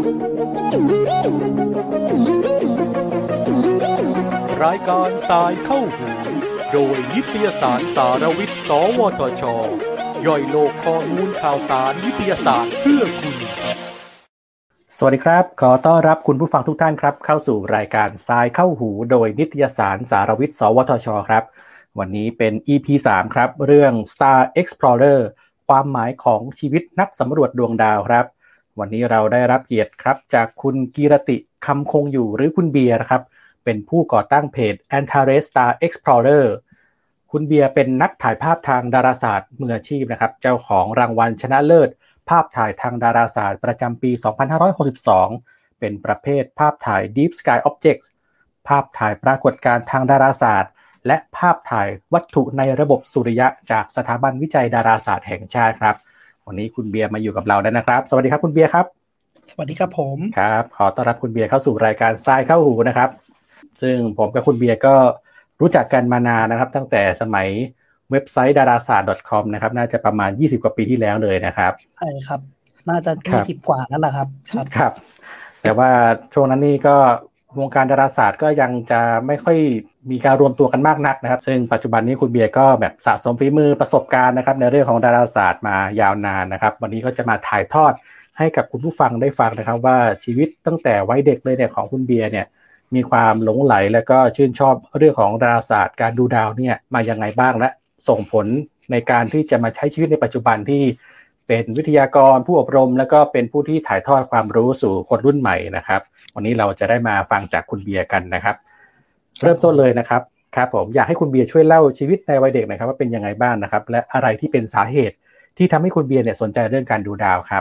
รายการสายเข้าหูโดยนิตยสารสารวิทย์สวทช.ย่อยโลกข้อมูลข่าวสารวิทยาศาสตร์เพื่อคุณสวัสดีครับขอต้อนรับคุณผู้ฟังทุกท่านครับเข้าสู่รายการสายเข้าหูโดยนิตยสารสารวิทย์สวทช.ครับวันนี้เป็น EP 3 ครับเรื่อง Star Explorer ความหมายของชีวิตนักสำรวจดวงดาวครับวันนี้เราได้รับเกียรติครับจากคุณกีรติคำคงอยู่หรือคุณเบียร์ครับเป็นผู้ก่อตั้งเพจ Antares Star Explorer คุณเบียร์เป็นนักถ่ายภาพทางดาราศาสตร์มืออาชีพนะครับเจ้าของรางวัลชนะเลิศภาพถ่ายทางดาราศาสตร์ประจำปี 2562 เป็นประเภทภาพถ่าย Deep Sky Objects ภาพถ่ายปรากฏการณ์ทางดาราศาสตร์และภาพถ่ายวัตถุในระบบสุริยะจากสถาบันวิจัยดาราศาสตร์แห่งชาติครับวันนี้คุณเบียร์มาอยู่กับเราแล้วนะครับสวัสดีครับคุณเบียร์ครับสวัสดีครับผมครับขอต้อนรับคุณเบียร์เข้าสู่รายการทรายเข้าหูนะครับซึ่งผมกับคุณเบียร์ก็รู้จักกันมานานนะครับตั้งแต่สมัยเว็บไซต์ darasat.com นะครับน่าจะประมาณ20กว่าปีที่แล้วเลยนะครับใช่ครับน่าจะ20กว่านั่นแหละครับครับแต่ว่าช่วงนั้นนี่ก็วงการดาราศาสตร์ก็ยังจะไม่ค่อยมีการรวมตัวกันมากนักนะครับซึ่งปัจจุบันนี้คุณเบียร์ก็แบบสะสมฝีมือประสบการณ์นะครับในเรื่องของดาราศาสตร์มายาวนานนะครับวันนี้ก็จะมาถ่ายทอดให้กับคุณผู้ฟังได้ฟังนะครับว่าชีวิตตั้งแต่วัยเด็กเลยเนี่ยของคุณเบียร์เนี่ยมีความหลงใหลและก็ชื่นชอบเรื่องของดาราศาสตร์การดูดาวเนี่ยมายังไงบ้างและส่งผลในการที่จะมาใช้ชีวิตในปัจจุบันที่เป็นวิทยากรผู้อบรมแล้วก็เป็นผู้ที่ถ่ายทอดความรู้สู่คนรุ่นใหม่นะครับวันนี้เราจะได้มาฟังจากคุณเบียร์กันนะครับเริ่มต้นเลยนะครับครับผมอยากให้คุณเบียร์ช่วยเล่าชีวิตในวัยเด็กหน่อยครับว่าเป็นยังไงบ้างนะครับและอะไรที่เป็นสาเหตุที่ทำให้คุณเบียร์เนี่ยสนใจเรื่องการดูดาวครับ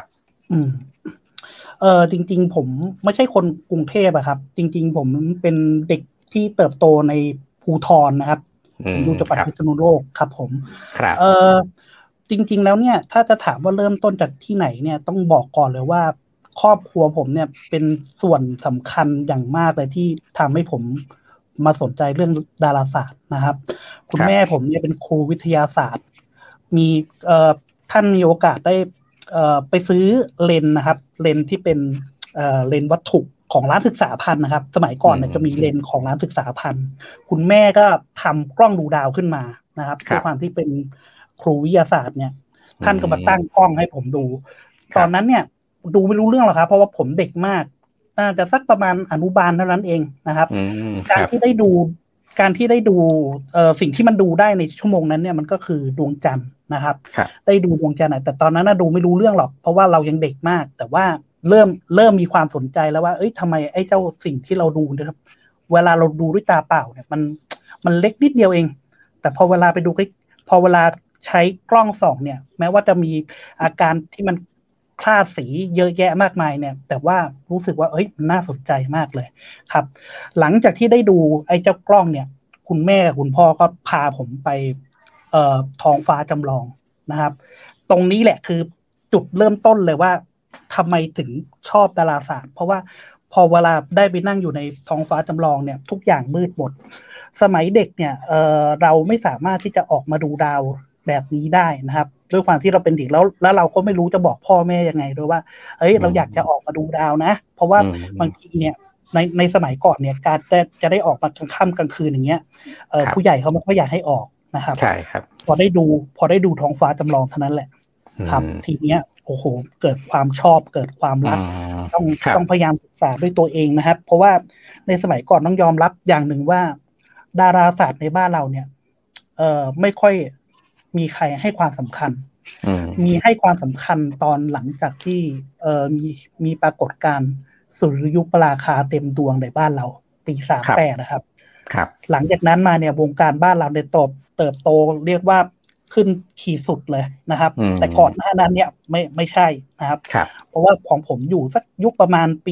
จริงๆผมไม่ใช่คนกรุงเทพอะครับจริงๆผมเป็นเด็กที่เติบโตในภูธรนะครับอยู่จังหวัดพิษณุโลกครับผมครับจริงๆแล้วเนี่ยถ้าจะถามว่าเริ่มต้นจากที่ไหนเนี่ยต้องบอกก่อนเลยว่าครอบครัวผมเนี่ยเป็นส่วนสำคัญอย่างมากเลยที่ทำให้ผมมาสนใจเรื่องดาราศาสตร์นะครับคุณแม่ผมเนี่ยเป็นครูวิทยาศาสตร์มีท่านมีโอกาสได้ไปซื้อเลนส์นะครับเลนส์ที่เป็นเลนส์วัตถุของร้านศึกษาพันธุ์นะครับสมัยก่อนเนี่ยจะมีเลนส์ของร้านศึกษาพันธุ์คุณแม่ก็ทำกล้องดูดาวขึ้นมานะครับด้วยความที่เป็นครูวิทยาศาสตร์เนี่ยท่านก็มาตั้งกล้องให้ผมดูตอนนั้นเนี่ยดูไม่รู้เรื่องหรอกครับเพราะว่าผมเด็กมากน่าจะสักประมาณอนุบาลเท่านั้นเองนะครับการที่ได้ดูสิ่งที่มันดูได้ในชั่วโมงนั้นเนี่ยมันก็คือดวงจันทร์นะครับได้ดูดวงจันทร์แต่ตอนนั้นดูไม่รู้เรื่องหรอกเพราะว่าเรายังเด็กมากแต่ว่าเริ่มมีความสนใจแล้วว่าเอ้ยทำไมไอ้เจ้าสิ่งที่เราดูนะครับเวลาเราดูด้วยตาเปล่าเนี่ยมันเล็กนิดเดียวเองแต่พอเวลาไปดูพอเวลาใช้กล้องส่องเนี่ยแม้ว่าจะมีอาการที่มันคลาดสีเยอะแยะมากมายเนี่ยแต่ว่ารู้สึกว่าเอ้ยมันน่าสนใจมากเลยครับหลังจากที่ได้ดูไอ้เจ้ากล้องเนี่ยคุณแม่กับคุณพ่อก็พาผมไปท้องฟ้าจำลองนะครับตรงนี้แหละคือจุดเริ่มต้นเลยว่าทำไมถึงชอบดาราศาสตร์เพราะว่าพอเวลาได้ไปนั่งอยู่ในท้องฟ้าจำลองเนี่ยทุกอย่างมืดหมดสมัยเด็กเนี่ยเราไม่สามารถที่จะออกมาดูดาวแบบนี้ได้นะครับด้วยความที่เราเป็นเด็กแล้วเราก็ไม่รู้จะบอกพ่อแม่ยังไงด้วยว่าเอ้ยเราอยากจะออกมาดูดาวนะเพราะว่าบางทีเนี่ยในสมัยก่อนเนี่ยการจะได้ออกมากลางค่ำกลางคืนอย่างเงี้ยผู้ใหญ่เขาไม่ค่อยอยากให้ออกนะครับใช่ครับพอได้ดูท้องฟ้าจำลองเท่านั้นแหละครับทีเนี้ยโอ้โหเกิดความชอบเกิดความรักต้องพยายามศึกษาด้วยตัวเองนะครับเพราะว่าในสมัยก่อนต้องยอมรับอย่างหนึ่งว่าดาราศาสตร์ในบ้านเราเนี่ยไม่ค่อยมีใครให้ความสำคัญมีให้ความสำคัญตอนหลังจากที่มีปรากฏการณ์สุริยุปราคาเต็มดวงในบ้านเราปี38นะครับหลังจากนั้นมาเนี่ยวงการบ้านเราเนี่ยเติบโตเรียกว่าขึ้นขีดสุดเลยนะครับแต่ก่อนหน้านั้นเนี่ยไม่ใช่นะครับเพราะว่าของผมอยู่สักยุคประมาณปี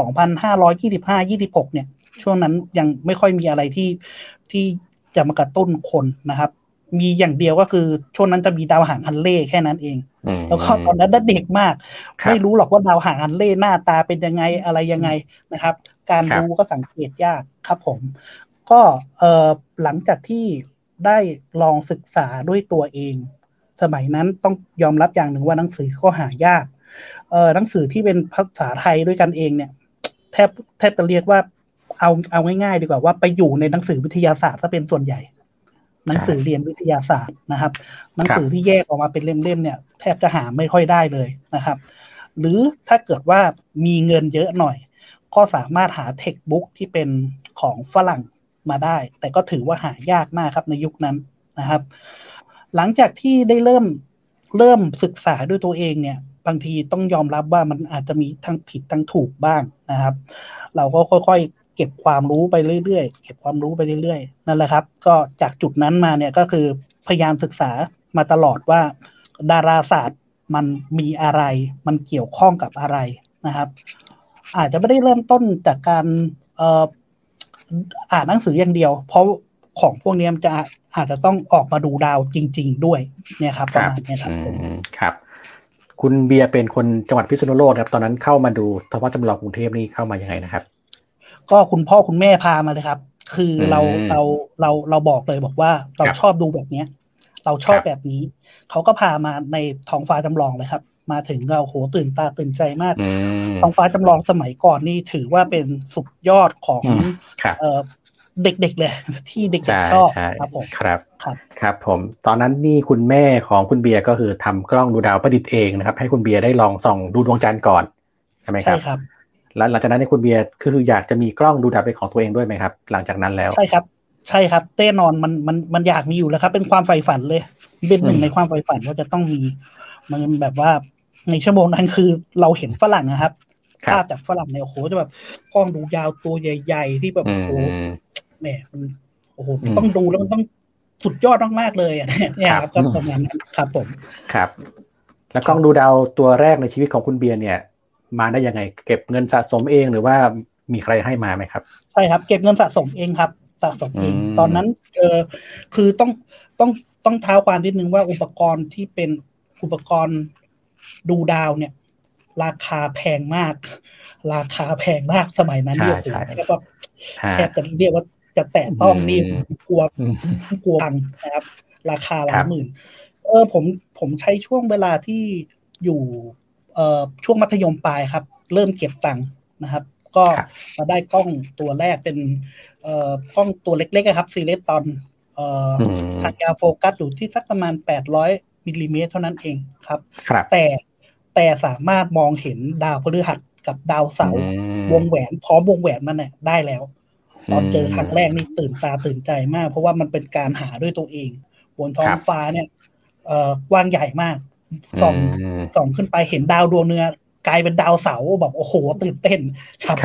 2525-26เนี่ยช่วงนั้นยังไม่ค่อยมีอะไรที่จะมากระตุ้นคนนะครับมีอย่างเดียวก็คือช่วงนั้นจะมีดาวหางฮันเล่แค่นั้นเองแล้วก็ตอนนั้นเด็กมากไม่รู้หรอกว่าดาวหางฮันเล่หน้าตาเป็นยังไงอะไรยังไงนะครับการดูก็สังเกตยากครับผมก็หลังจากที่ได้ลองศึกษาด้วยตัวเองสมัยนั้นต้องยอมรับอย่างหนึ่งว่าหนังสือก็หายากหนังสือที่เป็นภาษาไทยด้วยกันเองเนี่ยแทบจะเรียกว่าเอาง่ายๆดีกว่าว่าไปอยู่ในหนังสือวิทยาศาสตร์ถ้าเป็นส่วนใหญ่หนังสือเรียนวิทยาศาสตร์นะครับหนังสือที่แยกออกมาเป็นเล่มๆเนี่ยแทบจะหาไม่ค่อยได้เลยนะครับหรือถ้าเกิดว่ามีเงินเยอะหน่อยก็สามารถหาเทคบุ๊กที่เป็นของฝรั่งมาได้แต่ก็ถือว่าหายากมากครับในยุคนั้นนะครับหลังจากที่ได้เริ่มศึกษาด้วยตัวเองเนี่ยบางทีต้องยอมรับว่ามันอาจจะมีทั้งผิดทั้งถูกบ้างนะครับเราก็ค่อยๆเก็บความรู้ไปเรื่อยๆเก็บความรู้ไปเรื่อยๆนั่นแหละครับก็จากจุดนั้นมาเนี่ยก็คือพยายามศึกษามาตลอดว่าดาราศาสตร์มันมีอะไรมันเกี่ยวข้องกับอะไรนะครับอาจจะไม่ได้เริ่มต้นจากการอ่านหนังสืออย่างเดียวเพราะของพวกนี้มันจะอาจจะต้องออกมาดูดาวจริงๆด้วยเนี่ยครับประมาณนี้ครับครับคุณเบียร์เป็นคนจังหวัดพิษณุโลกครับตอนนั้นเข้ามาดูท้องฟ้าจำลองกรุงเทพนี่เข้ามายังไงนะครับก็คุณพ่อคุณแม่พามาเลยครับคือเราบอกเลยบอกว่าเราชอบดูแบบนี้เราชอบแบบนี้เขาก็พามาในท้องฟ้าจำลองเลยครับมาถึงเราโหตื่นตาตื่นใจมากท้องฟ้าจำลองสมัยก่อนนี่ถือว่าเป็นสุดยอดของเด็กๆเลยที่เด็กๆชอบครับผมครับผมตอนนั้นนี่คุณแม่ของคุณเบียร์ก็คือทำกล้องดูดาวประดิษฐ์เองนะครับให้คุณเบียร์ได้ลองส่องดูดวงจันทร์ก่อนใช่ไหมครับใช่ครับแล้วหลังจากนั้นคุณเบียร์คืออยากจะมีกล้องดูดาวเป็นของตัวเองด้วยไหมครับหลังจากนั้นแล้วใช่ครับแน่นอนมันอยากมีอยู่แล้วครับเป็นความใฝ่ฝันเลยเป็นหนึ่งในความใฝ่ฝันว่าจะต้องมีมันแบบว่าในชั่วโมงนั้นคือเราเห็นฝรั่งนะครับภาพจากฝรั่งเนี่ยโอ้โหจะแบบกล้องดูยาวตัวใหญ่ๆที่แบบโอ้โหแหมมันโอ้โหมันต้องดูแล้วมันต้องสุดยอดมากๆเลยอ่ะเนี่ยครับก็ประมาณนั้นครับผมครับแล้วกล้องดูดาวตัวแรกในชีวิตของคุณเบียร์เนี่ยมาได้ยังไงเก็บเงินสะสมเองหรือว่ามีใครให้มาไหมครับใช่ครับเก็บเงินสะสมเองครับสะสมเองตอนนั้นคือต้องเท้าความนิดนึงว่าอุปกรณ์ที่เป็นอุปกรณ์ดูดาวเนี่ยราคาแพงมากสมัยนั้นเนี่ยแทบจะเรียกว่าจะแตะต้องนี่กลัวพังนะครับราคาหลายหมื่นผมใช้ช่วงเวลาที่อยู่ช่วงมัธยมปลายครับเริ่มเก็บตังค์นะครับก็มาได้กล้องตัวแรกเป็นกล้องตัวเล็กๆครับซีเลตอนทางยาโฟกัสอยู่ที่สักประมาณ800มิลลิเมตรเท่านั้นเองครับแต่สามารถมองเห็นดาวพฤหัสกับดาวเสาร์วงแหวนพร้อมวงแหวนมันเนี่ยได้แล้วตอนเจอครั้งแรกนี่ตื่นตาตื่นใจมากเพราะว่ามันเป็นการหาด้วยตัวเองบนท้องฟ้าเนี่ยกว้างใหญ่มากส่องขึ้นไปเห็นดาวดวงนึงกลายเป็นดาวเสาร์แบบโอ้โหตื่นเต้นครับ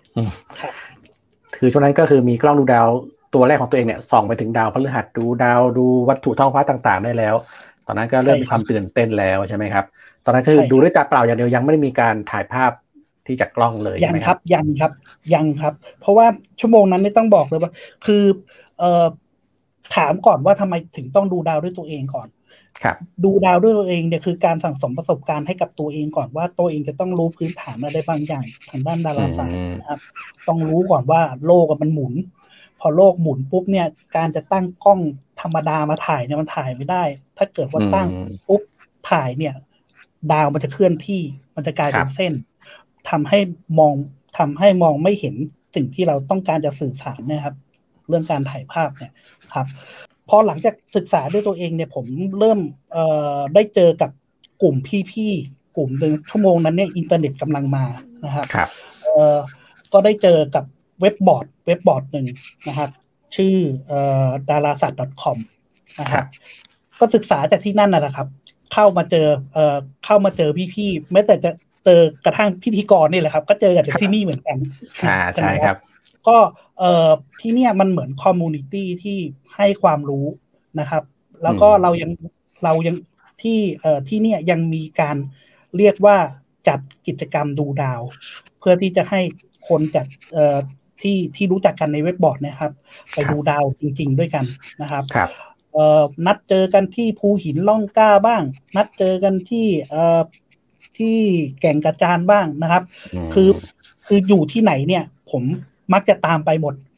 คือช่วงนั้นก็คือมีกล้องดูดาวตัวแรกของตัวเองเนี่ยส่องไปถึงดาวพฤหัสดูดาวดูวัตถุท้องฟ้าต่างๆได้แล้วตอนนั้นก็เริ่มมีความตื่นเต้นแล้วใช่ไหมครับตอนนั้นคือดูด้วยตาเปล่าอย่างเดียวยังไม่ได้มีการถ่ายภาพที่จากกล้องเลยยังครับเพราะว่าชั่วโมงนั้นไม่ต้องบอกเลยว่าคือถามก่อนว่าทำไมถึงต้องดูดาวด้วยตัวเองก่อนดูดาวด้วยตัวเองเนี่ยคือการสั่งสมประสบการณ์ให้กับตัวเองก่อนว่าตัวเองจะต้องรู้พื้นฐานอะไรบางอย่างทางด้านดาราศาสตร์นะครับต้องรู้ก่อนว่าโลกมันหมุนพอโลกหมุนปุ๊บเนี่ยการจะตั้งกล้องธรรมดามาถ่ายเนี่ยมันถ่ายไม่ได้ถ้าเกิดว่าตั้งปุ๊บถ่ายเนี่ยดาวมันจะเคลื่อนที่มันจะกลายเป็นเส้นทำให้มองไม่เห็นสิ่งที่เราต้องการจะสื่อสารนะครับเรื่องการถ่ายภาพเนี่ยครับพอหลังจากศึกษาด้วยตัวเองเนี่ยผมเริ่มได้เจอกับกลุ่มพี่ๆกลุ่มนึงชั่วโมงนั้นเนี่ยอินเทอร์เน็ตกำลังมานะครับก็ได้เจอกับเว็บบอร์ดหนึ่งนะครับชื่อdarasat.com นะครับก็ศึกษาจากที่นั่นน่ะแหละครับเข้ามาเจอพี่ๆแม้แต่จะเจอกระทั่งพิธีกรนี่แหละครับก็เจอกันที่นี่เหมือนกันใช่ครับก็ที่เนี่ยมันเหมือนคอมมูนิตี้ที่ให้ความรู้นะครับแล้วก็เรายังที่เนี่ยยังมีการเรียกว่าจัดกิจกรรมดูดาวเพื่อที่จะให้คนจากที่รู้จักกันในเว็บบอร์ดนะครับไปดูดาวจริงๆด้วยกันนะครับนัดเจอกันที่ภูหินล่องกล้าบ้างนัดเจอกันที่แก่งกระจานบ้างนะครับคืออยู่ที่ไหนเนี่ยผมมักจะตามไปหมด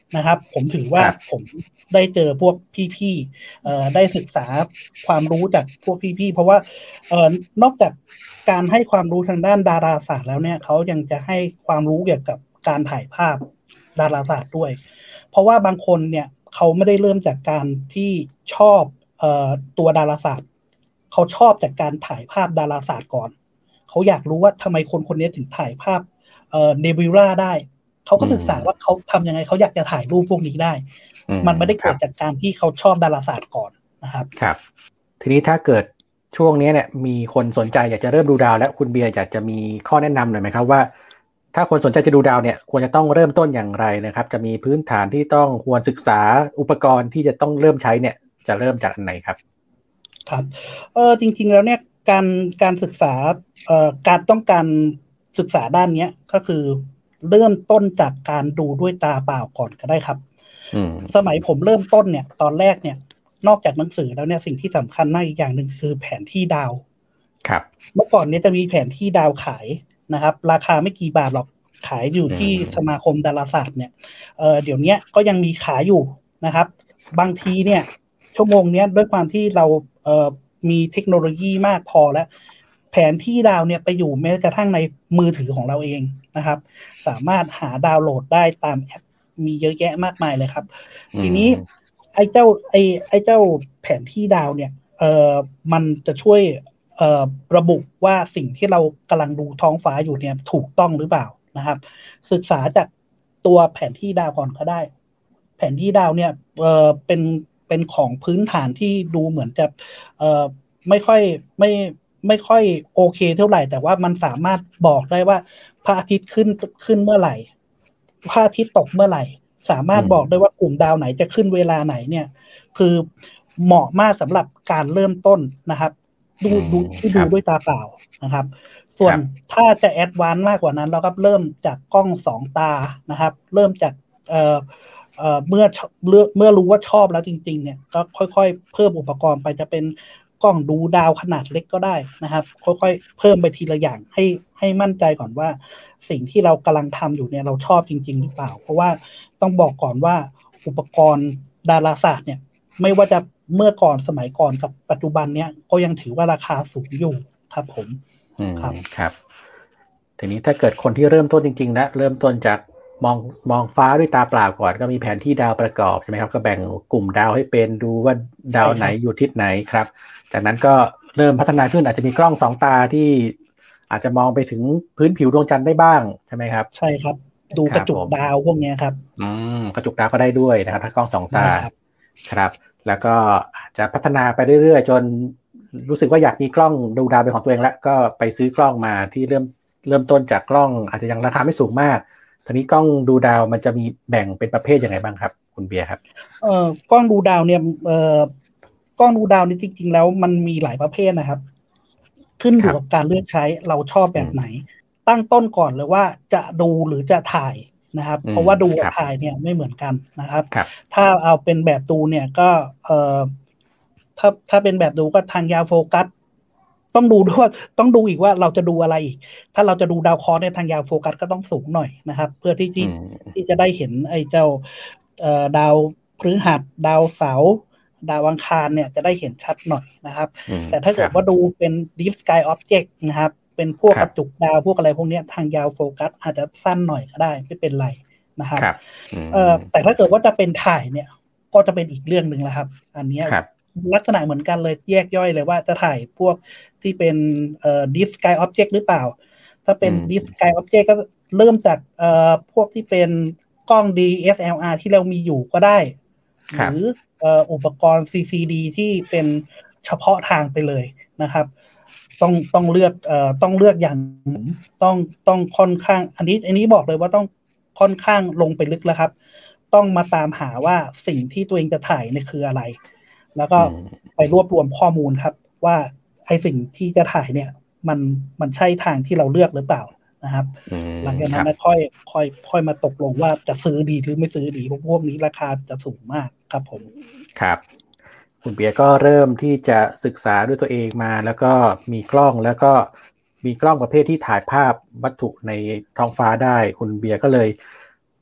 นะครับผมถือว่าผมได้เจอพวกพี่ๆได้ศึกษาความรู้จากพวกพี่ๆเพราะว่านอกจากการให้ความรู้ทางด้านดาราศาสตร์แล้วเนี่ยเขายังจะให้ความรู้เกี่ยวกับการถ่ายภาพดาราศาสตร์ด้วยเพราะว่าบางคนเนี่ยเขาไม่ได้เริ่มจากการที่ชอบตัวดาราศาสตร์เขาชอบจากการถ่ายภาพดาราศาสตร์ก่อนเขาอยากรู้ว่าทำไมคนคนนี้ถึงถ่ายภาพเนบิวลาได้เขาก็ศึกษาว่าเขาทำยังไงเขาอยากจะถ่ายรูปพวกนี้ได้มันไม่ได้เกิดจากการที่เขาชอบดาราศาสตร์ก่อนนะครับครับทีนี้ถ้าเกิดช่วงนี้เนี่ยมีคนสนใจอยากจะเริ่มดูดาวแล้วคุณเบียร์อยากจะมีข้อแนะนำหน่อยไหมครับว่าถ้าคนสนใจจะดูดาวเนี่ยควรจะต้องเริ่มต้นอย่างไรนะครับจะมีพื้นฐานที่ต้องควรศึกษาอุปกรณ์ที่จะต้องเริ่มใช้เนี่ยจะเริ่มจากอันไหนครับครับจริงๆแล้วเนี่ยการศึกษาการต้องการศึกษาด้านนี้ก็คือเริ่มต้นจากการดูด้วยตาเปล่าก่อนก็ได้ครับสมัยผมเริ่มต้นเนี่ยตอนแรกเนี่ยนอกจากหนังสือแล้วเนี่ยสิ่งที่สำคัญมากอีกอย่างหนึ่งคือแผนที่ดาวครับเมื่อก่อนเนี่ยจะมีแผนที่ดาวขายนะครับราคาไม่กี่บาทหรอกขายอยู่ที่สมาคมดาราศาสตร์เนี่ยเดี๋ยวนี้ก็ยังมีขายอยู่นะครับบางทีเนี่ยชั่วโมงเนี้ยด้วยความที่เรามีเทคโนโลยีมากพอแล้วแผนที่ดาวเนี่ยไปอยู่แม้กระทั่งในมือถือของเราเองนะครับสามารถหาดาวน์โหลดได้ตามแอปมีเยอะแยะมากมายเลยครับทีนี้ไอ้เจ้าแผนที่ดาวเนี่ยมันจะช่วยระบุว่าสิ่งที่เรากำลังดูท้องฟ้าอยู่เนี่ยถูกต้องหรือเปล่านะครับศึกษาจากตัวแผนที่ดาวก่อนก็ได้แผนที่ดาวเนี่ยเป็นของพื้นฐานที่ดูเหมือนจะไม่ค่อยโอเคเท่าไหร่แต่ว่ามันสามารถบอกได้ว่าพระอาทิตย์ขึ้นเมื่อไหร่พระอาทิตย์ตกเมื่อไหร่สามารถบอกได้ว่ากลุ่มดาวไหนจะขึ้นเวลาไหนเนี่ยคือเหมาะมากสำหรับการเริ่มต้นนะครับดูด้วยตาเปล่านะครับส่วนถ้าจะแอดวานซ์มากกว่านั้นเราก็เริ่มจากกล้อง2 ตานะครับเริ่มจากเมื่อรู้ว่าชอบแล้วจริงๆเนี่ยก็ค่อยๆเพิ่มอุปกรณ์ไปจะเป็นกล้องดูดาวขนาดเล็กก็ได้นะครับค่อยๆเพิ่มไปทีละอย่างให้มั่นใจก่อนว่าสิ่งที่เรากำลังทำอยู่เนี่ยเราชอบจริงๆหรือเปล่าเพราะว่าต้องบอกก่อนว่าอุปกรณ์ดาราศาสตร์เนี่ยไม่ว่าจะเมื่อก่อนสมัยก่อนกับปัจจุบันเนี่ยก็ยังถือว่าราคาสูงอยู่ครับผมครับทีนี้ถ้าเกิดคนที่เริ่มต้นจริงๆนะเริ่มต้นจากมองฟ้าด้วยตาเปล่าก่อนก็มีแผนที่ดาวประกอบใช่ไหมครับก็แบ่งกลุ่มดาวให้เป็นดูว่าดาวไหนอยู่ทิศไหนครับจากนั้นก็เริ่มพัฒนาขึ้นอาจจะมีกล้อง2 ตาที่อาจจะมองไปถึงพื้นผิวดวงจันทร์ได้บ้างใช่ไหมครับใช่ครับดูกระจุกดาวพวกนี้ครับกระจุกดาวก็ได้ด้วยนะครับถ้ากล้อง2 ตาครับแล้วก็อาจจะพัฒนาไปเรื่อยๆจนรู้สึกว่าอยากมีกล้องดูดาวเป็นของตัวเองแล้วก็ไปซื้อกล้องมาที่เริ่มต้นจากกล้องอาจจะยังราคาไม่สูงมากทีนี้กล้องดูดาวมันจะมีแบ่งเป็นประเภทยังไงบ้างครับคุณเบียร์ครับกล้องดูดาวเนี่ยกล้องดูดาวนี่จริงๆแล้วมันมีหลายประเภทนะครับขึ้นอยู่กับการเลือกใช้เราชอบแบบไหนตั้งต้นก่อนเลยว่าจะดูหรือจะถ่ายนะครับเพราะว่าดูกับถ่ายเนี่ยไม่เหมือนกันนะครับถ้าเอาเป็นแบบดูเนี่ยก็ถ้าเป็นแบบดูก็ทางยาวโฟกัสต้องดูด้วยต้องดูอีกว่าเราจะดูอะไรอีกถ้าเราจะดูดาวเคราะห์เนี่ยทางยาวโฟกัสก็ต้องสูงหน่อยนะครับเพื่อที่จะได้เห็นไอ้เจ้าดาวพฤหัสดาวเสาร์ดาวอังคารเนี่ยจะได้เห็นชัดหน่อยนะครับแต่ถ้าเกิดว่าดูเป็น Deep Sky Object นะครับเป็นพวกกระจุกดาวพวกอะไรพวกนี้ทางยาวโฟกัสอาจจะสั้นหน่อยก็ได้ไม่เป็นไรนะครับแต่ถ้าเกิดว่าจะเป็นถ่ายเนี่ยก็จะเป็นอีกเรื่องนึงแล้วครับอันนี้ลักษณะเหมือนกันเลยแยกย่อยเลยว่าจะถ่ายพวกที่เป็นDeep Sky Object หรือเปล่าถ้าเป็น Deep Sky Object ก็เริ่มจากพวกที่เป็นกล้อง DSLR ที่เรามีอยู่ก็ได้หรืออุปกรณ์ CCD ที่เป็นเฉพาะทางไปเลยนะครับต้องเลือกอย่างต้องค่อนข้างอันนี้บอกเลยว่าต้องค่อนข้างลงไปลึกแล้วครับต้องมาตามหาว่าสิ่งที่ตัวเองจะถ่ายเนี่ยคืออะไรแล้วก็ไปรวบรวมข้อมูลครับว่าไอ้สิ่งที่จะถ่ายเนี่ยมันใช่ทางที่เราเลือกหรือเปล่านะครับหลังจากนั้นค่อยมาตกลงว่าจะซื้อดีหรือไม่ซื้อดีเพราะพวกนี้ราคาจะสูงมากครับผมครับคุณเบียร์ก็เริ่มที่จะศึกษาด้วยตัวเองมาแล้วก็มีกล้องแล้วก็มีกล้องประเภทที่ถ่ายภาพวัตถุในท้องฟ้าได้คุณเบียร์ก็เลย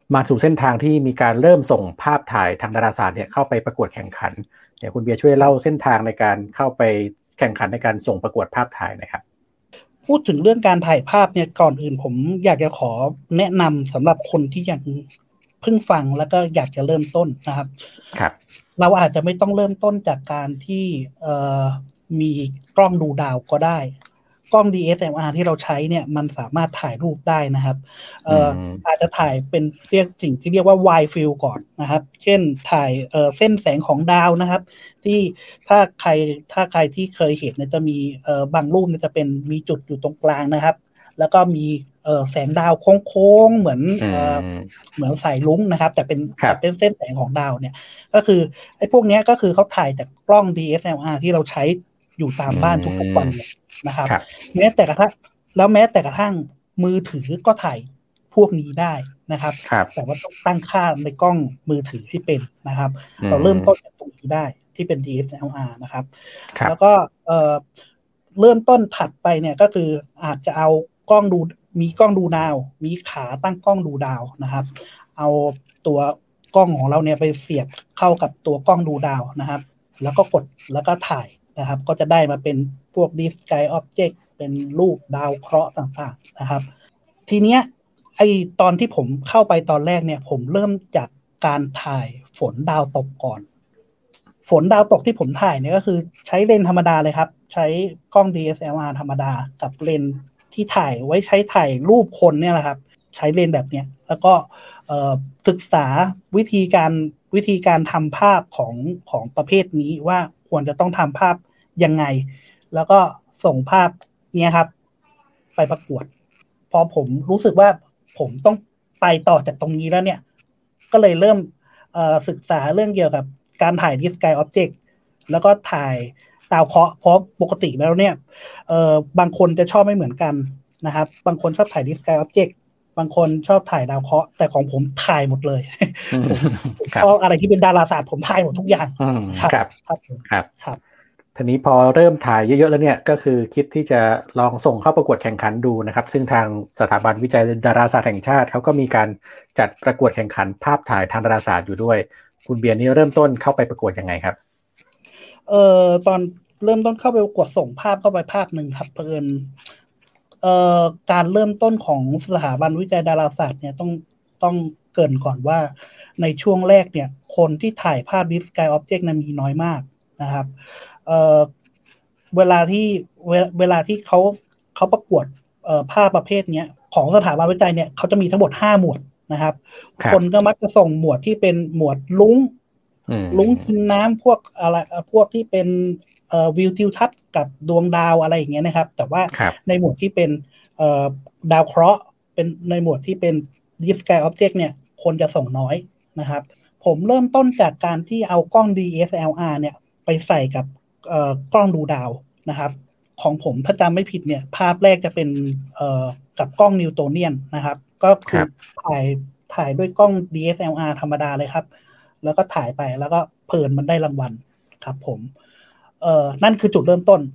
มาสู่เส้นทางที่มีการเริ่มส่งภาพถ่ายทางดาราศาสตร์เนี่ยเข้าไปประกวดแข่งขันเดี๋ยวคุณเบียร์ช่วยเล่าเส้นทางในการเข้าไปแข่งขันในการส่งประกวดภาพถ่ายนะครับพูดถึงเรื่องการถ่ายภาพเนี่ยก่อนอื่นผมอยากจะขอแนะนำสำหรับคนที่ยังเพิ่งฟังแล้วก็อยากจะเริ่มต้นนะครับครับเราอาจจะไม่ต้องเริ่มต้นจากการที่มีกล้องดูดาวก็ได้กล้อง DSLR ที่เราใช้เนี่ยมันสามารถถ่ายรูปได้นะครับอาจจะถ่ายเป็นสิ่งที่เรียกว่า wide field ก่อนนะครับเช่นถ่ายเส้นแสงของดาวนะครับที่ถ้าใครที่เคยเห็นเนี่ยจะมีบางรูปเนี่ยจะเป็นมีจุดอยู่ตรงกลางนะครับแล้วก็มีแสงดาวโค้งๆเหมือนสายลุ้งนะครับแต่เป็นเส้นแสงของดาวเนี่ยก็คือไอ้พวกนี้ก็คือเขาถ่ายจากกล้อง DSLR ที่เราใช้อยู่ตามบ้านทุกๆวันนะครับแม้แต่กระทั่งมือถือก็ถ่ายพวกนี้ได้นะครับแต่ว่าต้องตั้งค่าในกล้องมือถือให้เป็นนะครับเราเริ่มต้นจากตรงนี้ได้ที่เป็น DSLR นะครับแล้วก็เริ่มต้นถัดไปเนี่ยก็คืออาจจะเอามีกล้องดูดาวมีขาตั้งกล้องดูดาวนะครับเอาตัวกล้องของเราเนี่ยไปเสียบเข้ากับตัวกล้องดูดาวนะครับแล้วก็กดแล้วก็ถ่ายนะครับก็จะได้มาเป็นพวก Deep Sky Object เป็นรูปดาวเคราะห์ต่างๆนะครับทีเนี้ยไอตอนที่ผมเข้าไปตอนแรกเนี่ยผมเริ่มจากการถ่ายฝนดาวตกก่อนฝนดาวตกที่ผมถ่ายเนี่ยก็คือใช้เลนส์ธรรมดาเลยครับใช้กล้อง DSLR ธรรมดากับเลนส์ที่ถ่ายไว้ใช้ถ่ายรูปคนเนี่ยแหละครับใช้เลนส์แบบเนี้ยแล้วก็ศึกษาวิธีการทำภาพของประเภทนี้ว่าควรจะต้องทำภาพยังไงแล้วก็ส่งภาพเนี้ยครับไปประกวดพอผมรู้สึกว่าผมต้องไปต่อจากตรงนี้แล้วเนี่ยก็เลยเริ่มศึกษาเรื่องเกี่ยวกับการถ่าย Deep Sky Object แล้วก็ถ่ายดาวเคราะห์เพราะปกติแล้วเนี่ยบางคนจะชอบไม่เหมือนกันนะครับบางคนชอบถ่าย Deep Sky Object บางคนชอบถ่ายดาวเคราะห์แต่ของผมถ่ายหมดเลยผมชอบอะไรที่เป็นดาราศาสตร์ผมถ่ายหมดทุกอย่างครับทีนี้พอเริ่มถ่ายเยอะๆแล้วเนี่ยก็คือคิดที่จะลองส่งเข้าประกวดแข่งขันดูนะครับซึ่งทางสถาบันวิจัยดาราศาสตร์แห่งชาติเขาก็มีการจัดประกวดแข่งขันภาพถ่ายทางดาราศาสตร์อยู่ด้วยคุณเบียร์นี่เริ่มต้นเข้าไปประกวดยังไงครับตอนเริ่มต้นเข้าไปประกวดส่งภาพเข้าไปภาพหนึ่งครับเพิ่นการเริ่มต้นของสถาบันวิจัยดาราศาสตร์เนี่ยต้องเกริ่นก่อนว่าในช่วงแรกเนี่ยคนที่ถ่ายภาพ Deep Sky Object นั้นมีน้อยมากนะครับเวลาที่เขาประกวดภาพประเภทนี้ของสถาบันวิจัยเนี่ยเขาจะมีทั้งหมด5หมวดนะครับคนก็มักจะส่งหมวดที่เป็นหมวดลุ้งกินน้ำพวกอะไรพวกที่เป็นวิวทิวทัศน์กับดวงดาวอะไรอย่างเงี้ยนะครับแต่ว่าในหมวดที่เป็นดาวเคราะห์เป็นในหมวดที่เป็น Deep Sky Object เนี่ยคนจะส่งน้อยนะครับผมเริ่มต้นจากการที่เอากล้อง DSLR เนี่ยไปใส่กับกล้องดูดาวนะครับของผมถ้าจำไม่ผิดเนี่ยภาพแรกจะเป็นกับกล้องนิวโตเนียนนะครับก็คือถ่ายด้วยกล้อง DSLR ธรรมดาเลยครับแล้วก็ถ่ายไปแล้วก็เพลินมันได้รางวัลครับผมนั่นคือจุดเริ่มต้น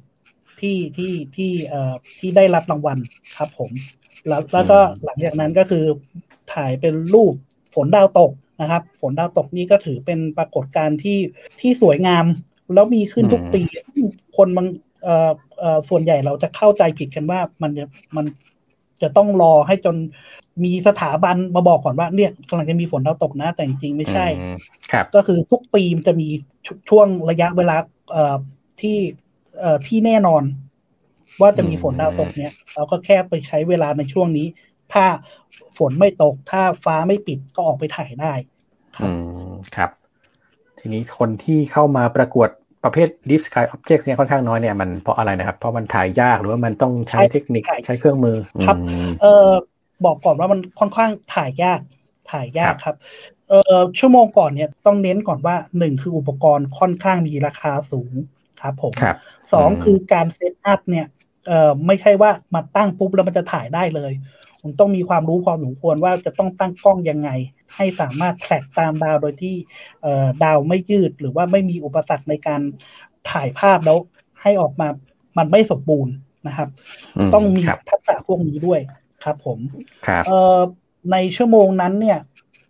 ที่ได้รับรางวัลครับผมแล้วก็หลังจากนั้นก็คือถ่ายเป็นรูปฝนดาวตกนะครับฝนดาวตกนี่ก็ถือเป็นปรากฏการณ์ที่สวยงามแล้วมีขึ้นทุกปีคนบางส่วนใหญ่เราจะเข้าใจผิดกันว่ามันจะต้องรอให้จนมีสถาบันมาบอกก่อนว่าเนี่ยกำลังจะมีฝนดาวตกนะแต่จริงๆไม่ใช่ก็คือทุกปีมันจะมีช่วงระยะเวลาที่แน่นอนว่าจะมีฝนดาวตกเนี่ยเราก็แค่ไปใช้เวลาในช่วงนี้ถ้าฝนไม่ตกถ้าฟ้าไม่ปิดก็ออกไปถ่ายได้ครับทีนี้คนที่เข้ามาประกวดประเภท Deep Sky Object เนี่ยค่อนข้างน้อยเนี่ยมันเพราะอะไรนะครับเพราะมันถ่ายยากหรือว่ามันต้องใช้เทคนิคใช้เครื่องมือครับบอกก่อนว่ามันค่อนข้างถ่ายยากครับชั่วโมงก่อนเนี่ยต้องเน้นก่อนว่า1คืออุปกรณ์ค่อนข้างมีราคาสูงครับผม2คือการเซตอัพเนี่ยไม่ใช่ว่ามาตั้งปุ๊บแล้วมันจะถ่ายได้เลยผมต้องมีความรู้พอสมควรว่าจะต้องตั้งกล้องยังไงให้สามารถแทร็กตามดาวโดยที่ดาวไม่ยืดหรือว่าไม่มีอุปสรรคในการถ่ายภาพแล้วให้ออกมามันไม่สมบูรณ์นะครับต้องมีทักษะพวกนี้ด้วยครับผมในชั่วโมงนั้นเนี่ย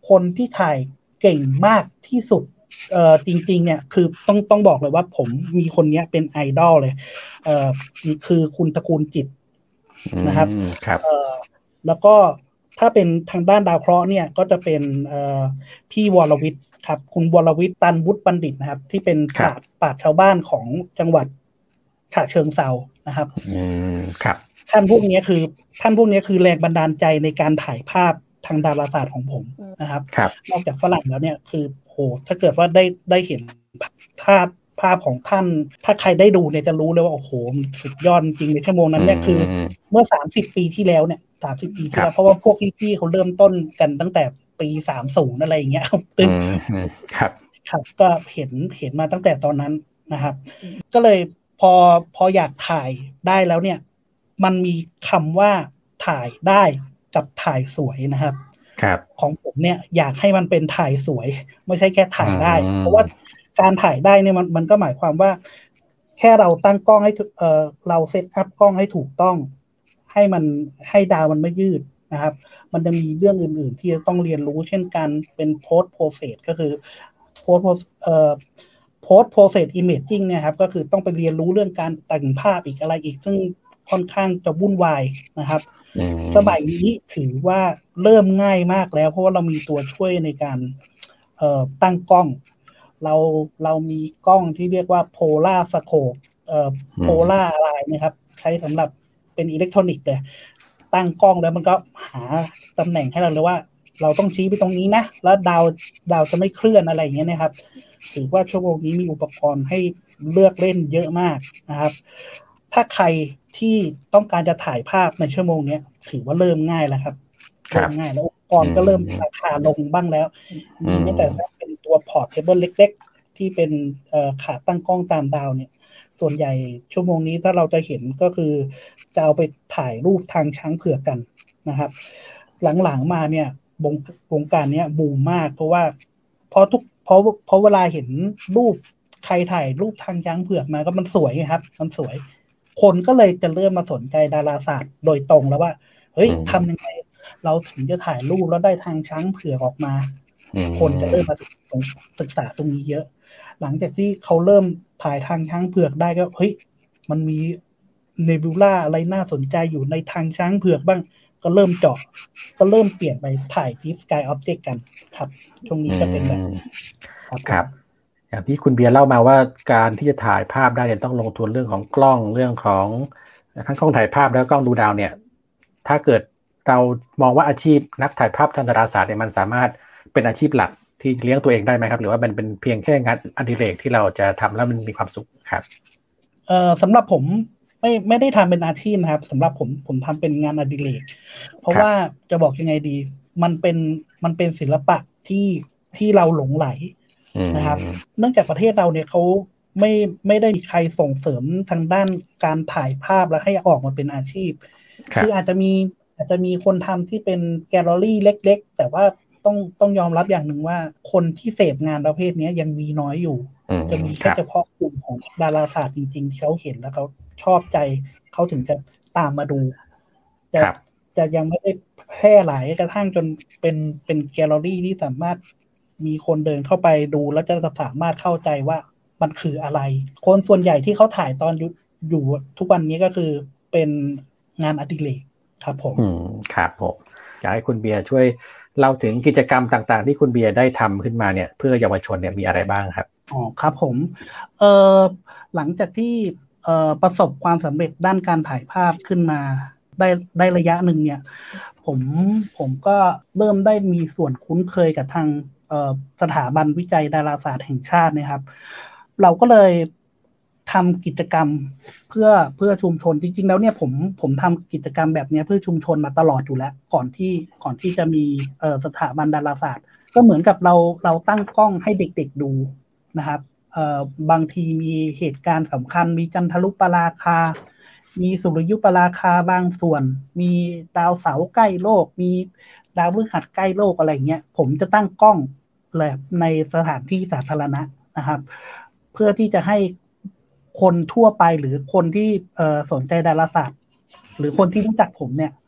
คนที่ถ่ายเก่งมากที่สุดจริงๆเนี่ยคือต้องบอกเลยว่าผมมีคนนี้เป็นไอดอลเลยคือคุณตระกูลจิตนะครับแล้วก็ถ้าเป็นทางด้านดาวเคราะห์เนี่ยก็จะเป็นพี่วรวิทย์ครับคุณวรวิทย์ตันวุฒิบัณฑิตนะครับที่เป็นปราชญ์ชาวบ้านของจังหวัดฉะเชิงเทรานะครับครับท่านพวกนี้คือแรงบันดาลใจในการถ่ายภาพทางดาราศาสตร์ของผมนะครับนอกจากฝรั่งแล้วเนี่ยคือโหถ้าเกิดว่าได้เห็นภาพของท่านถ้าใครได้ดูเนี่ยจะรู้เลยว่าโอ้โหสุดยอดจริงในชั่วโมงนั้นเนี่ยคือเมื่อ30ปีที่แล้วเนี่ย30ปีที่แล้วเพราะว่าพวกพี่ๆเขาเริ่มต้นกันตั้งแต่ปี30อะไรอย่างเงี้ยครับก็เห็นมาตั้งแต่ตอนนั้นนะครับก็เลยพออยากถ่ายได้แล้วเนี่ยมันมีคำว่าถ่ายได้กับถ่ายสวยนะครับของผมเนี่ยอยากให้มันเป็นถ่ายสวยไม่ใช่แค่ถ่ายได้เพราะว่าการถ่ายได้เนี่ยมันก็หมายความว่าแค่เราตั้งกล้องให้เราเซตอัพกล้องให้ถูกต้องให้ดาวมันไม่ยืดนะครับมันจะมีเรื่องอื่นๆที่จะต้องเรียนรู้เช่นการเป็น post process ก็คือpost process imaging เนี่ยครับก็คือต้องไปเรียนรู้เรื่องการแต่งภาพอีกอะไรอีกซึ่งค่อนข้างจะวุ่นวายนะครับสมัยนี้ถือว่าเริ่มง่ายมากแล้วเพราะว่าเรามีตัวช่วยในการตั้งกล้องเรามีกล้องที่เรียกว่า polar scope polar อะไรนะครับใช้สำหรับเป็นอิเล็กทรอนิกส์เลยตั้งกล้องแล้วมันก็หาตำแหน่งให้เราเลยว่าเราต้องชี้ไปตรงนี้นะแล้วดาวจะไม่เคลื่อนอะไรอย่างเงี้ยนะครับถือว่าชั่วโมงนี้มีอุปกรณ์ให้เลือกเล่นเยอะมากนะครับถ้าใครที่ต้องการจะถ่ายภาพในชั่วโมงนี้ถือว่าเริ่มง่ายแล้วครับเริ่มง่ายแล้วอุปกรณ์ก็เริ่มราคาลงบ้างแล้วมีแม้แต่เป็นตัวพอร์ตเทเบิลเล็กๆที่เป็นขาตั้งกล้องตามดาวเนี่ยส่วนใหญ่ชั่วโมงนี้ถ้าเราจะเห็นก็คือจะเอาไปถ่ายรูปทางช้างเผือกกันนะครับหลังๆมาเนี่ยวงการนี้บูมมากเพราะว่าเพราะเวลาเห็นรูปใครถ่ายรูปทางช้างเผือกมาก็มันสวยครับมันสวยคนก็เลยจะเริ่มมาสนใจดาราศาสตร์โดยตรงแล้วว่าเฮ้ยทำยังไงเราถึงจะถ่ายรูปแล้วได้ทางช้างเผือกออกมาคนจะเริ่มมาศึกษาตรงนี้เยอะหลังจากที่เขาเริ่มถ่ายทางช้างเผือกได้ก็เฮ้ยมันมีเนบิวล่าอะไรน่าสนใจอยู่ในทางช้างเผือกบ้างก็เริ่มเจาะก็เริ่มเปลี่ยนไปถ่าย Deep Sky Object กันครับช่วงนี้จะเป็นแบบครับอย่างที่คุณเบียร์เล่ามาว่าการที่จะถ่ายภาพได้เนี่ยต้องลงทุนเรื่องของกล้องเรื่องของทั้งกล้องถ่ายภาพแล้วกล้องดูดาวเนี่ยถ้าเกิดเรามองว่าอาชีพนักถ่ายภาพทางดาราศาสตร์เนี่ยมันสามารถเป็นอาชีพหลักที่เลี้ยงตัวเองได้ไหมครับหรือว่ามันเป็นเพียงแค่งานอดิเรกที่เราจะทำแล้วมันมีความสุขครับสำหรับผมไม่ได้ทำเป็นอาชีพนะครับสำหรับผมทำเป็นงานอดิเรกเพราะว่าจะบอกยังไงดีมันเป็นศิลปะที่เราหลงไหลนะครับเนื่องจากประเทศเราเนี่ยเขาไม่ได้มีใครส่งเสริมทางด้านการถ่ายภาพแล้วให้ออกมาเป็นอาชีพคืออาจจะมีคนทำที่เป็นแกลเลอรี่เล็กๆแต่ว่าต้องยอมรับอย่างหนึ่งว่าคนที่เสพงานประเภทนี้ยังมีน้อยอยู่จะมีแค่เฉพาะกลุ่มของดาราศาสตร์จริงๆที่เขาเห็นแล้วเขาชอบใจเขาถึงจะตามมาดูจะยังไม่ได้แพร่หลายกระทั่งจนเป็นแกลเลอรี่ที่สามารถมีคนเดินเข้าไปดูแล้วจะสามารถเข้าใจว่ามันคืออะไรคนส่วนใหญ่ที่เขาถ่ายตอนอยู่ทุกวันนี้ก็คือเป็นงานอดิเรกครับผมครับผมอยากให้คุณเบียร์ช่วยเล่าถึงกิจกรรมต่างๆที่คุณเบียร์ได้ทำขึ้นมาเนี่ยเพื่อเยาวชนเนี่ยมีอะไรบ้างครับครับผมหลังจากที่ประสบความสำเร็จด้านการถ่ายภาพขึ้นมาได้ระยะหนึ่งเนี่ยผมก็เริ่มได้มีส่วนคุ้นเคยกับทางสถาบันวิจัยดาราศาสตร์แห่งชาตินะครับเราก็เลยทำกิจกรรมเพื่อชุมชนจริงๆแล้วเนี่ยผมทำกิจกรรมแบบนี้เพื่อชุมชนมาตลอดอยู่แล้วก่อนที่จะมีสถาบันดาราศาสตร์ก็เหมือนกับเราตั้งกล้องให้เด็กๆดูนะครับบางทีมีเหตุการณ์สำคัญมีจันทรุปราคามีสุริยุปราคาบางส่วนมีดาวเสาร์ใกล้โลกมีดาวพฤหัสใกล้โลกอะไรเงี้ยผมจะตั้งกล้องเลยในสถานที่สาธารณะนะครับเพื่อที่จะให้คนทั่วไปหรือคนที่สนใจดาราศาสตร์หรือคนที่รู้จักผมเนี่ย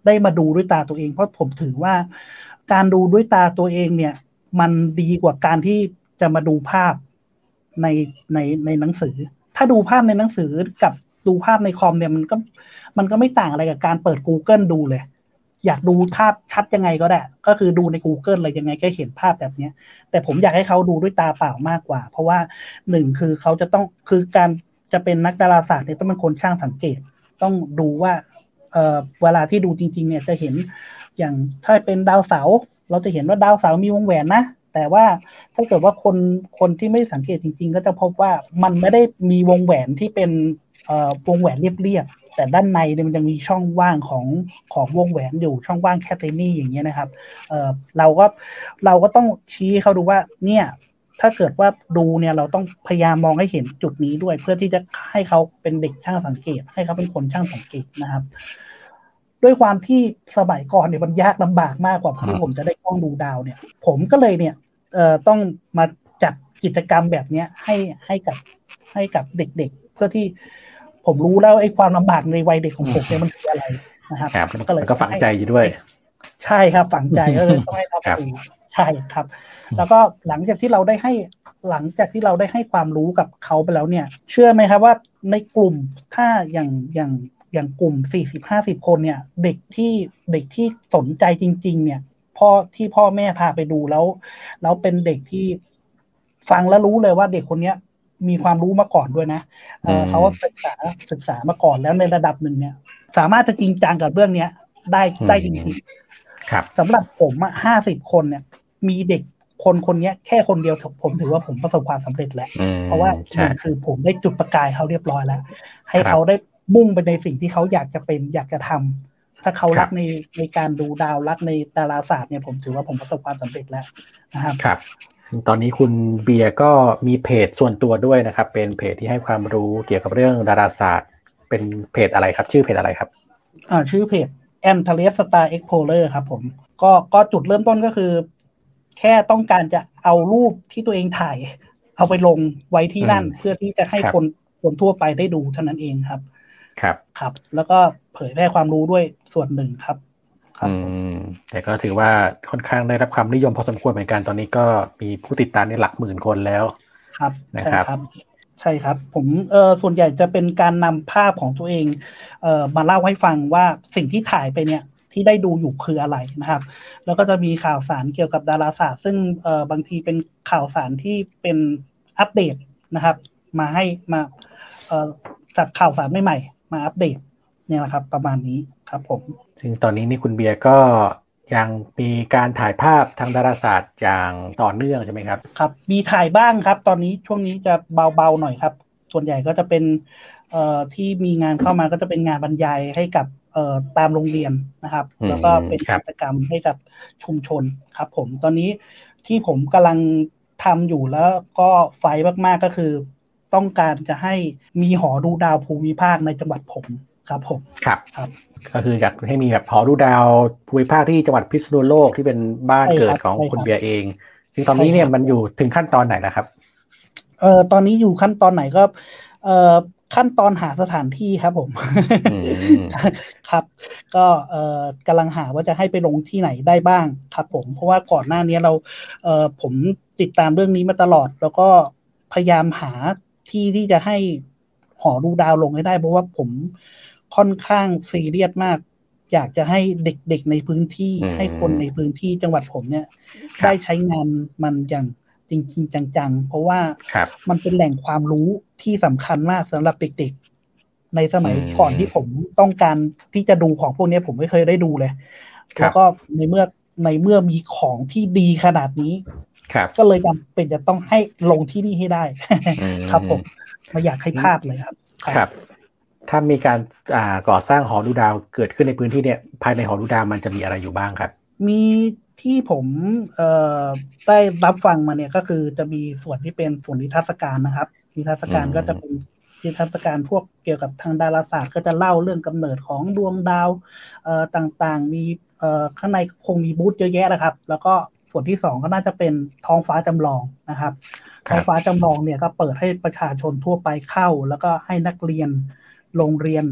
ได้มาดูด้วยตาตัวเองเพราะผมถือว่าการดูด้วยตาตัวเองเนี่ยมันดีกว่าการที่จะมาดูภาพในหนังสือถ้าดูภาพในหนังสือกับดูภาพในคอมเนี่ยมันก็ไม่ต่างอะไรกับการเปิด Google ดูเลยอยากดูภาพชัดยังไงก็ได้ก็คือดูใน Google เลยยังไงก็เห็นภาพแบบนี้แต่ผมอยากให้เขาดูด้วยตาเปล่ามากกว่าเพราะว่าหนึ่งคือเขาจะต้องคือการจะเป็นนักดาราศาสตร์เนี่ยต้องเป็นคนช่างสังเกตต้องดูว่าเวลาที่ดูจริงๆเนี่ยจะเห็นอย่างถ้าเป็นดาวเสาร์เราจะเห็นว่าดาวเสาร์มีวงแหวนนะแต่ว่าถ้าเกิดว่าคนที่ไม่สังเกตจริงๆก็จะพบว่ามันไม่ได้มีวงแหวนที่เป็นวงแหวนเรียบๆแต่ด้านในเนี่ยมันยังมีช่องว่างของวงแหวนอยู่ช่องว่างแคทเทนี่อย่างเงี้ยนะครับเราก็ต้องชี้เขาดูว่าเนี่ยถ้าเกิดว่าดูเนี่ยเราต้องพยายามมองให้เห็นจุดนี้ด้วยเพื่อที่จะให้เขาเป็นเด็กช่างสังเกตให้เขาเป็นคนช่างสังเกตนะครับด้วยความที่สมัยก่อนเนี่ยมันยากลำบากมากกว่าที่ผมจะได้กล้องดูดาวเนี่ยผมก็เลยเนี่ยต้องมาจัดกิจกรรมแบบนี้ให้กับเด็กๆเพื่อที่ผมรู้แล้วไอ้ความลำบากในวัยเด็กของผมเนี่ยมันคืออะไรนะครับก็เลยก็ฝังใจอยู่ด้วยใช่ครับฝังใจก็เลยต้องให้เขาดูใช่ครับแล้วก็หลังจากที่เราได้ให้ความรู้กับเขาไปแล้วเนี่ยเชื่อไหมครับว่าในกลุ่มถ้าอย่างกลุ่ม 40-50 คนเนี่ยเด็กที่สนใจจริงๆเนี่ยพ่อแม่พาไปดูแล้วเป็นเด็กที่ฟังแล้วรู้เลยว่าเด็กคนนี้มีความรู้มาก่อนด้วยนะเขาศึกษามาก่อนแล้วในระดับหนึ่งเนี่ยสามารถจะจริงจังกับเรื่องนี้ได้จริงๆครับสำหรับผม50 คนเนี่ยมีเด็กคนนี้แค่คนเดียวผมถือว่าผมประสบความสำเร็จแล้วเพราะว่าคือผมได้จุดประกายเขาเรียบร้อยแล้วให้เขาได้มุ่งไปในสิ่งที่เขาอยากจะเป็นอยากจะทำถ้าเขารักในการดูดาวรักในดาราศาสตร์เนี่ยผมถือว่าผมประสบความสำเร็จแล้วนะครับครับตอนนี้คุณเบียร์ก็มีเพจส่วนตัวด้วยนะครับเป็นเพจที่ให้ความรู้เกี่ยวกับเรื่องดาราศาสตร์เป็นเพจอะไรครับชื่อเพจอะไรครับชื่อเพจ Antares Star Explorer ครับผมก็จุดเริ่มต้นก็คือแค่ต้องการจะเอารูปที่ตัวเองถ่ายเอาไปลงไว้ที่นั่นเพื่อที่จะให้คนทั่วไปได้ดูเท่านั้นเองครับครับแล้วก็เผยแพร่ความรู้ด้วยส่วนหนึ่งครับแต่ก็ถือว่าค่อนข้างได้รับความนิยมพอสมควรเหมือนกันตอนนี้ก็มีผู้ติดตามในหลักหมื่นคนแล้วครับนะครับใช่ครับผมส่วนใหญ่จะเป็นการนำภาพของตัวเองมาเล่าให้ฟังว่าสิ่งที่ถ่ายไปเนี่ยที่ได้ดูอยู่คืออะไรนะครับแล้วก็จะมีข่าวสารเกี่ยวกับดาราศาสตร์ซึ่งบางทีเป็นข่าวสารที่เป็นอัปเดตนะครับมาจากข่าวสารใหม่ๆมาอัปเดตเนี่ยนะครับประมาณนี้ครับผมซึ่งตอนนี้นี่คุณเบียร์ก็ยังมีการถ่ายภาพทางดาราศาสตร์อย่างต่อเนื่องใช่ไหมครับครับมีถ่ายบ้างครับตอนนี้ช่วงนี้จะเบาๆหน่อยครับส่วนใหญ่ก็จะเป็นที่มีงานเข้ามาก็จะเป็นงานบรรยายให้กับตามโรงเรียนนะครับแล้วก็เป็นกิจกรรมให้กับชุมชนครับผมตอนนี้ที่ผมกำลังทำอยู่แล้วก็ไฟมากๆก็คือต้องการจะให้มีหอดูดาวภูมิภาคในจังหวัดผมครับผมครับก็คืออยากให้มีแบบหอดูดาวภูมิภาคที่จังหวัดพิษณุโลกที่เป็นบ้านเกิดของคุณเบียร์เองซึ่งตอนนี้เนี่ยมันอยู่ถึงขั้นตอนไหนแล้วครับตอนนี้อยู่ขั้นตอนไหนก็ขั้นตอนหาสถานที่ครับผมครับก็กำลังหาว่าจะให้ไปลงที่ไหนได้บ้างครับผมเพราะว่าก่อนหน้านี้ผมติดตามเรื่องนี้มาตลอดแล้วก็พยายามหาที่จะให้หอดูดาวลงให้ได้เพราะว่าผมค่อนข้างซีเรียสมากอยากจะให้เด็กๆในพื้นที่ให้คนในพื้นที่จังหวัดผมเนี่ยได้ใช้งานมันอย่างจริงๆจังๆเพราะว่ามันเป็นแหล่งความรู้ที่สำคัญมากสำหรับเด็กๆในสมัยก่อนที่ผมต้องการที่จะดูของพวกนี้ผมไม่เคยได้ดูเลยแล้วก็ในเมื่อมีของที่ดีขนาดนี้ก็เลยจำเป็นจะต้องให้ลงที่นี่ให้ได้ครับผมไม่อยากให้พลาดเลยครับครับถ้ามีการก่อสร้างหอดูดาวเกิดขึ้นในพื้นที่เนี่ยภายในหอดูดาวมันจะมีอะไรอยู่บ้างครับมีที่ผมได้รับฟังมาเนี่ยก็คือจะมีส่วนที่เป็นส่วนนิทรรศการนะครับนิทรรศการก็จะเป็นนิทรรศการพวกเกี่ยวกับทางดาราศาสตร์ก็จะเล่าเรื่องกำเนิดของดวงดาวต่างๆมีข้างในคงมีบูธเยอะแยะนะครับแล้วก็ส่วนที่2ก็น่าจะเป็นท้องฟ้าจำลองนะครับท้องฟ้าจำลองเนี่ยก็เปิดให้ประชาชนทั่วไปเข้าแล้วก็ให้นักเรียนโรงเรียน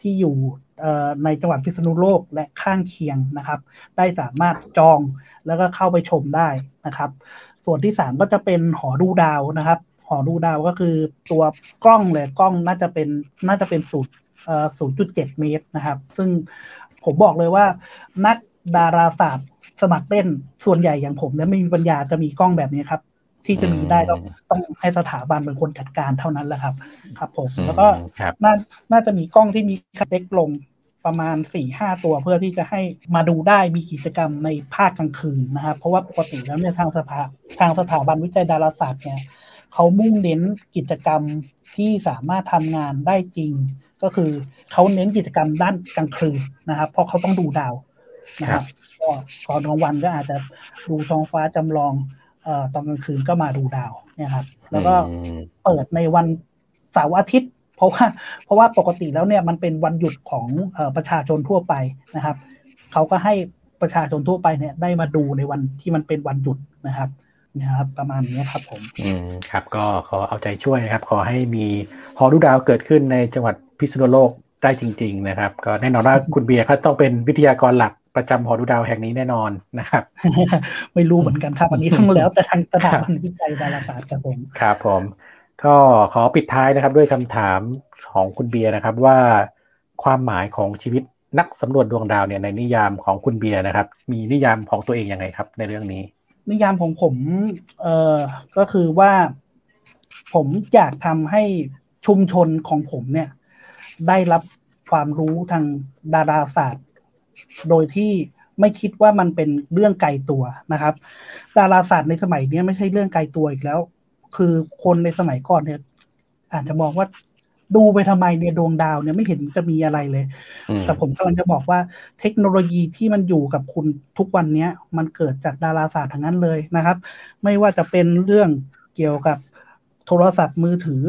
ที่อยู่ในจังหวัดพิษณุโลกและข้างเคียงนะครับได้สามารถจองแล้วก็เข้าไปชมได้นะครับส่วนที่3ก็จะเป็นหอดูดาวนะครับหอดูดาวก็คือตัวกล้องเลยกล้องน่าจะเป็น0.7 เมตรนะครับซึ่งผมบอกเลยว่านักดาราศาสตร์สมัครเล่นส่วนใหญ่อย่างผมเนี่ยไม่มีปัญญาจะมีกล้องแบบนี้ครับที่จะมีได้ต้องให้สถาบันเป็นคนจัดการเท่านั้นแหละครับครับผมแล้วก็น่าจะมีกล้องที่มีคัดเล็กลงประมาณ 4-5 ตัวเพื่อที่จะให้มาดูได้มีกิจกรรมในภาคกลางคืนนะครับเพราะว่าปกติแล้วเนี่ยทางสถาบันวิจัยดาราศาสตร์เนี่ยเขามุ่งเน้นกิจกรรมที่สามารถทำงานได้จริงก็คือเขาเน้นกิจกรรมด้านกลางคืนนะครับเพราะเขาต้องดูดาวนะครับก็ตอนกลางวันก็อาจจะดูท้องฟ้าจำลองตอนกลางคืนก็มาดูดาวนะครับแล้วก็เปิดในวันเสาร์อาทิตย์เพราะว่าปกติแล้วเนี่ยมันเป็นวันหยุดของประชาชนทั่วไปนะครับเขาก็ให้ประชาชนทั่วไปเนี่ยได้มาดูในวันที่มันเป็นวันหยุดนะครับประมาณนี้ครับผมครับก็ขอเอาใจช่วยนะครับขอให้มีหอดูดาวเกิดขึ้นในจังหวัดพิษณุโลกได้จริงๆนะครับก็แน่นอนว่าคุณเบียร์เขาต้องเป็นวิทยากรหลักประจำหอดูดาวแห่งนี้แน่นอนนะครับไม่รู้เหมือนกันครับอันนี้ทั้งแล้วแต่ทางสถาบันวิจัยดาราศาสตร์ครับผมครับผมก็ขอปิดท้ายนะครับด้วยคำถามของคุณเบียร์นะครับว่าความหมายของชีวิตนักสำรวจดวงดาวเนี่ยในนิยามของคุณเบียร์นะครับมีนิยามของตัวเองยังไงครับในเรื่องนี้นิยามของผมก็คือว่าผมอยากทำให้ชุมชนของผมเนี่ยได้รับความรู้ทางดาราศาสตร์โดยที่ไม่คิดว่ามันเป็นเรื่องไกลตัวนะครับดาราศาสตร์ในสมัยนี้ไม่ใช่เรื่องไกลตัวอีกแล้วคือคนในสมัยก่อนเนี่ยอาจจะมองว่าดูไปทำไมเนี่ยดวงดาวเนี่ยไม่เห็นจะมีอะไรเลยแต่ผมกำลังจะบอกว่าเทคโนโลยีที่มันอยู่กับคุณทุกวันนี้มันเกิดจากดาราศาสตร์ทั้งนั้นเลยนะครับไม่ว่าจะเป็นเรื่องเกี่ยวกับโทรศัพท์มือถือ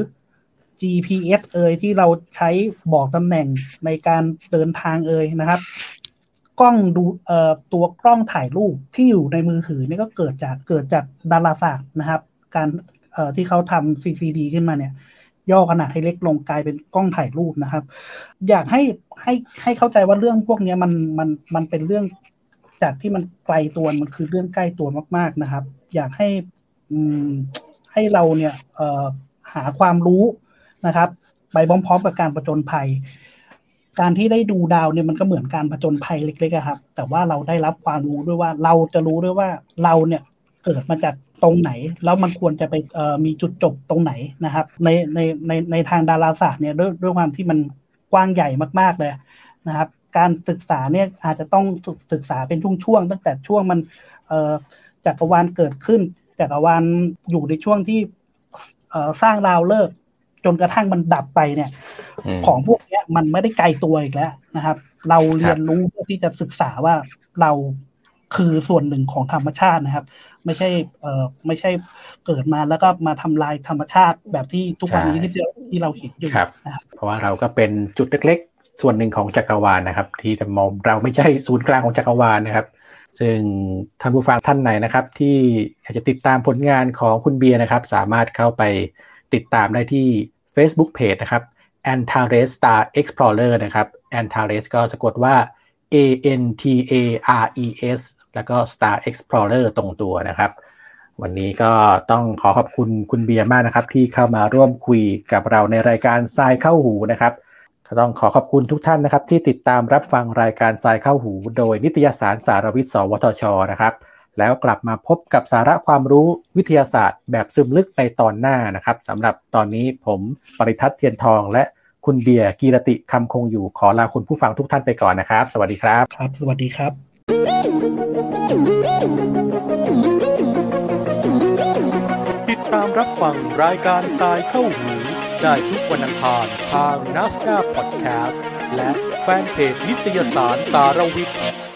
GPS ที่เราใช้บอกตำแหน่งในการเดินทางนะครับกล้องดูตัวกล้องถ่ายรูปที่อยู่ในมือถือนี่ก็เกิดจากดาราศาสตร์นะครับการที่เขาทำ CCD ขึ้นมาเนี่ยย่อขนาดให้เล็กลงกลายเป็นกล้องถ่ายรูปนะครับอยากให้เข้าใจว่าเรื่องพวกนี้มันเป็นเรื่องจากที่มันไกลตัวมันคือเรื่องใกล้ตัวมากๆนะครับอยากให้เราเนี่ยหาความรู้นะครับไปพร้อมๆกับการผจญภัยการที่ได้ดูดาวเนี่ยมันก็เหมือนการผจญภัยเล็กๆครับแต่ว่าเราได้รับความรู้ด้วยว่าเราจะรู้ด้วยว่าเราเนี่ยเกิดมาจากตรงไหนแล้วมันควรจะไปมีจุดจบตรงไหนนะครับในทางดาราศาสตร์เนี่ยด้วยความที่มันกว้างใหญ่มากๆเลยนะครับการศึกษาเนี่ยอาจจะต้องศึกษาเป็นช่วงๆตั้งแต่ช่วงมันจักรวาลเกิดขึ้นจักรวาลอยู่ในช่วงที่สร้างดาวฤกษ์จนกระทั่งมันดับไปเนี่ยของพวกนี้มันไม่ได้ไกลตัวอีกแล้วนะครับเราเรียนรู้เพื่อที่จะศึกษาว่าเราคือส่วนหนึ่งของธรรมชาตินะครับไม่ใช่เกิดมาแล้วก็มาทำลายธรรมชาติแบบที่ทุกวันนี้ที่เราเห็นอยู่นะครับเพราะว่าเราก็เป็นจุดเล็กๆส่วนหนึ่งของจักรวาลนะครับที่จะมองเราไม่ใช่ศูนย์กลางของจักรวาลนะครับซึ่งท่านผู้ฟังท่านไหนนะครับที่อยากจะติดตามผลงานของคุณเบียร์นะครับสามารถเข้าไปติดตามได้ที่ Facebook Page นะครับ Antares Star Explorer นะครับ Antares ก็สะกดว่า ANTARES แล้วก็ Star Explorer ตรงตัวนะครับวันนี้ก็ต้องขอบคุณคุณเบียร์มากนะครับที่เข้ามาร่วมคุยกับเราในรายการทรายเข้าหูนะครับก็ต้องขอบคุณทุกท่านนะครับที่ติดตามรับฟังรายการทรายเข้าหูโดยนิตยสารสารวิทย์สวทช.นะครับแล้วกลับมาพบกับสาระความรู้วิทยาศาสตร์แบบซึมลึกในตอนหน้านะครับสำหรับตอนนี้ผมปริทัศน์เทียนทองและคุณเบียร์กีรติคำคงอยู่ขอลาคุณผู้ฟังทุกท่านไปก่อนนะครับสวัสดีครับครับสวัสดีครับติดตามรับฟังรายการทรายเข้าหูได้ทุกวันอังคารทาง NASDAQ Podcast และแฟนเพจนิตยสารสารวิทย์